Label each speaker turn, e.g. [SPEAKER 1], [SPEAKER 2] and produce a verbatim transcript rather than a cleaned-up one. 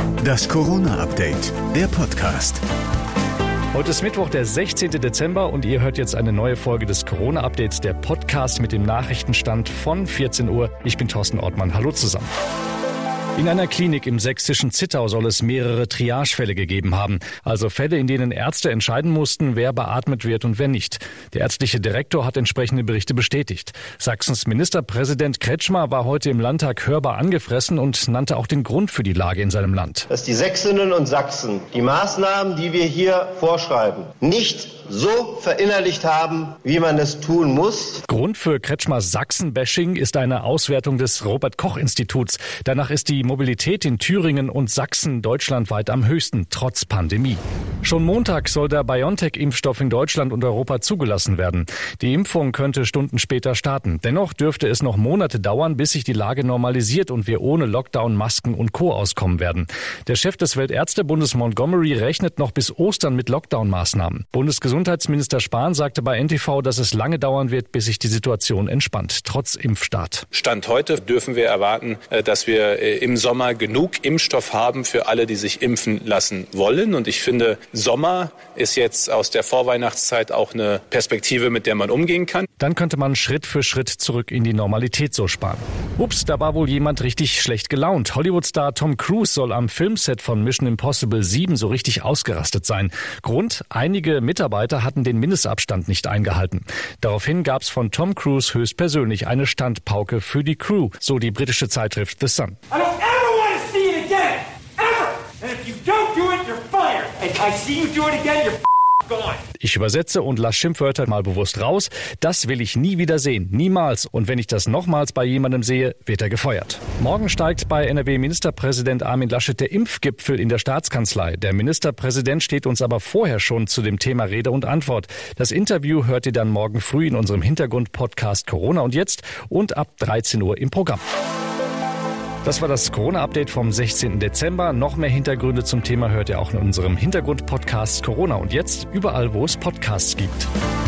[SPEAKER 1] Das Corona-Update, der Podcast.
[SPEAKER 2] Heute ist Mittwoch, der sechzehnten Dezember und ihr hört jetzt eine neue Folge des Corona-Updates, der Podcast mit dem Nachrichtenstand von vierzehn Uhr. Ich bin Thorsten Ortmann. Hallo zusammen. In einer Klinik im sächsischen Zittau soll es mehrere Triagefälle gegeben haben. Also Fälle, in denen Ärzte entscheiden mussten, wer beatmet wird und wer nicht. Der ärztliche Direktor hat entsprechende Berichte bestätigt. Sachsens Ministerpräsident Kretschmer war heute im Landtag hörbar angefressen und nannte auch den Grund für die Lage in seinem Land.
[SPEAKER 3] Dass die Sächsinnen und Sachsen die Maßnahmen, die wir hier vorschreiben, nicht so verinnerlicht haben, wie man es tun muss.
[SPEAKER 2] Grund für Kretschmers Sachsen-Bashing ist eine Auswertung des Robert-Koch-Instituts. Danach ist die Mobilität in Thüringen und Sachsen deutschlandweit am höchsten, trotz Pandemie. Schon Montag soll der BioNTech-Impfstoff in Deutschland und Europa zugelassen werden. Die Impfung könnte Stunden später starten. Dennoch dürfte es noch Monate dauern, bis sich die Lage normalisiert und wir ohne Lockdown, Masken und Co. auskommen werden. Der Chef des Weltärztebundes Montgomery rechnet noch bis Ostern mit Lockdown-Maßnahmen. Bundesgesundheitsminister Spahn sagte bei N T V, dass es lange dauern wird, bis sich die Situation entspannt, trotz Impfstart.
[SPEAKER 4] Stand heute dürfen wir erwarten, dass wir im Sommer genug Impfstoff haben für alle, die sich impfen lassen wollen. Und ich finde, Sommer ist jetzt aus der Vorweihnachtszeit auch eine Perspektive, mit der man umgehen kann.
[SPEAKER 2] Dann könnte man Schritt für Schritt zurück in die Normalität, so Spahn. Ups, da war wohl jemand richtig schlecht gelaunt. Hollywood-Star Tom Cruise soll am Filmset von Mission Impossible sieben so richtig ausgerastet sein. Grund: einige Mitarbeiter hatten den Mindestabstand nicht eingehalten. Daraufhin gab es von Tom Cruise höchstpersönlich eine Standpauke für die Crew, so die britische Zeitschrift The Sun.
[SPEAKER 5] I don't ever want to see it again, ever. And if you don't do it, you're fired. And I see you do it again, you're gone.
[SPEAKER 2] Ich übersetze und lasse Schimpfwörter mal bewusst raus. Das will ich nie wieder sehen, niemals. Und wenn ich das nochmals bei jemandem sehe, wird er gefeuert. Morgen steigt bei N R W-Ministerpräsident Armin Laschet der Impfgipfel in der Staatskanzlei. Der Ministerpräsident steht uns aber vorher schon zu dem Thema Rede und Antwort. Das Interview hört ihr dann morgen früh in unserem Hintergrund-Podcast Corona und jetzt und ab dreizehn Uhr im Programm. Das war das Corona-Update vom sechzehnten Dezember. Noch mehr Hintergründe zum Thema hört ihr auch in unserem Hintergrund-Podcast Corona und jetzt überall, wo es Podcasts gibt.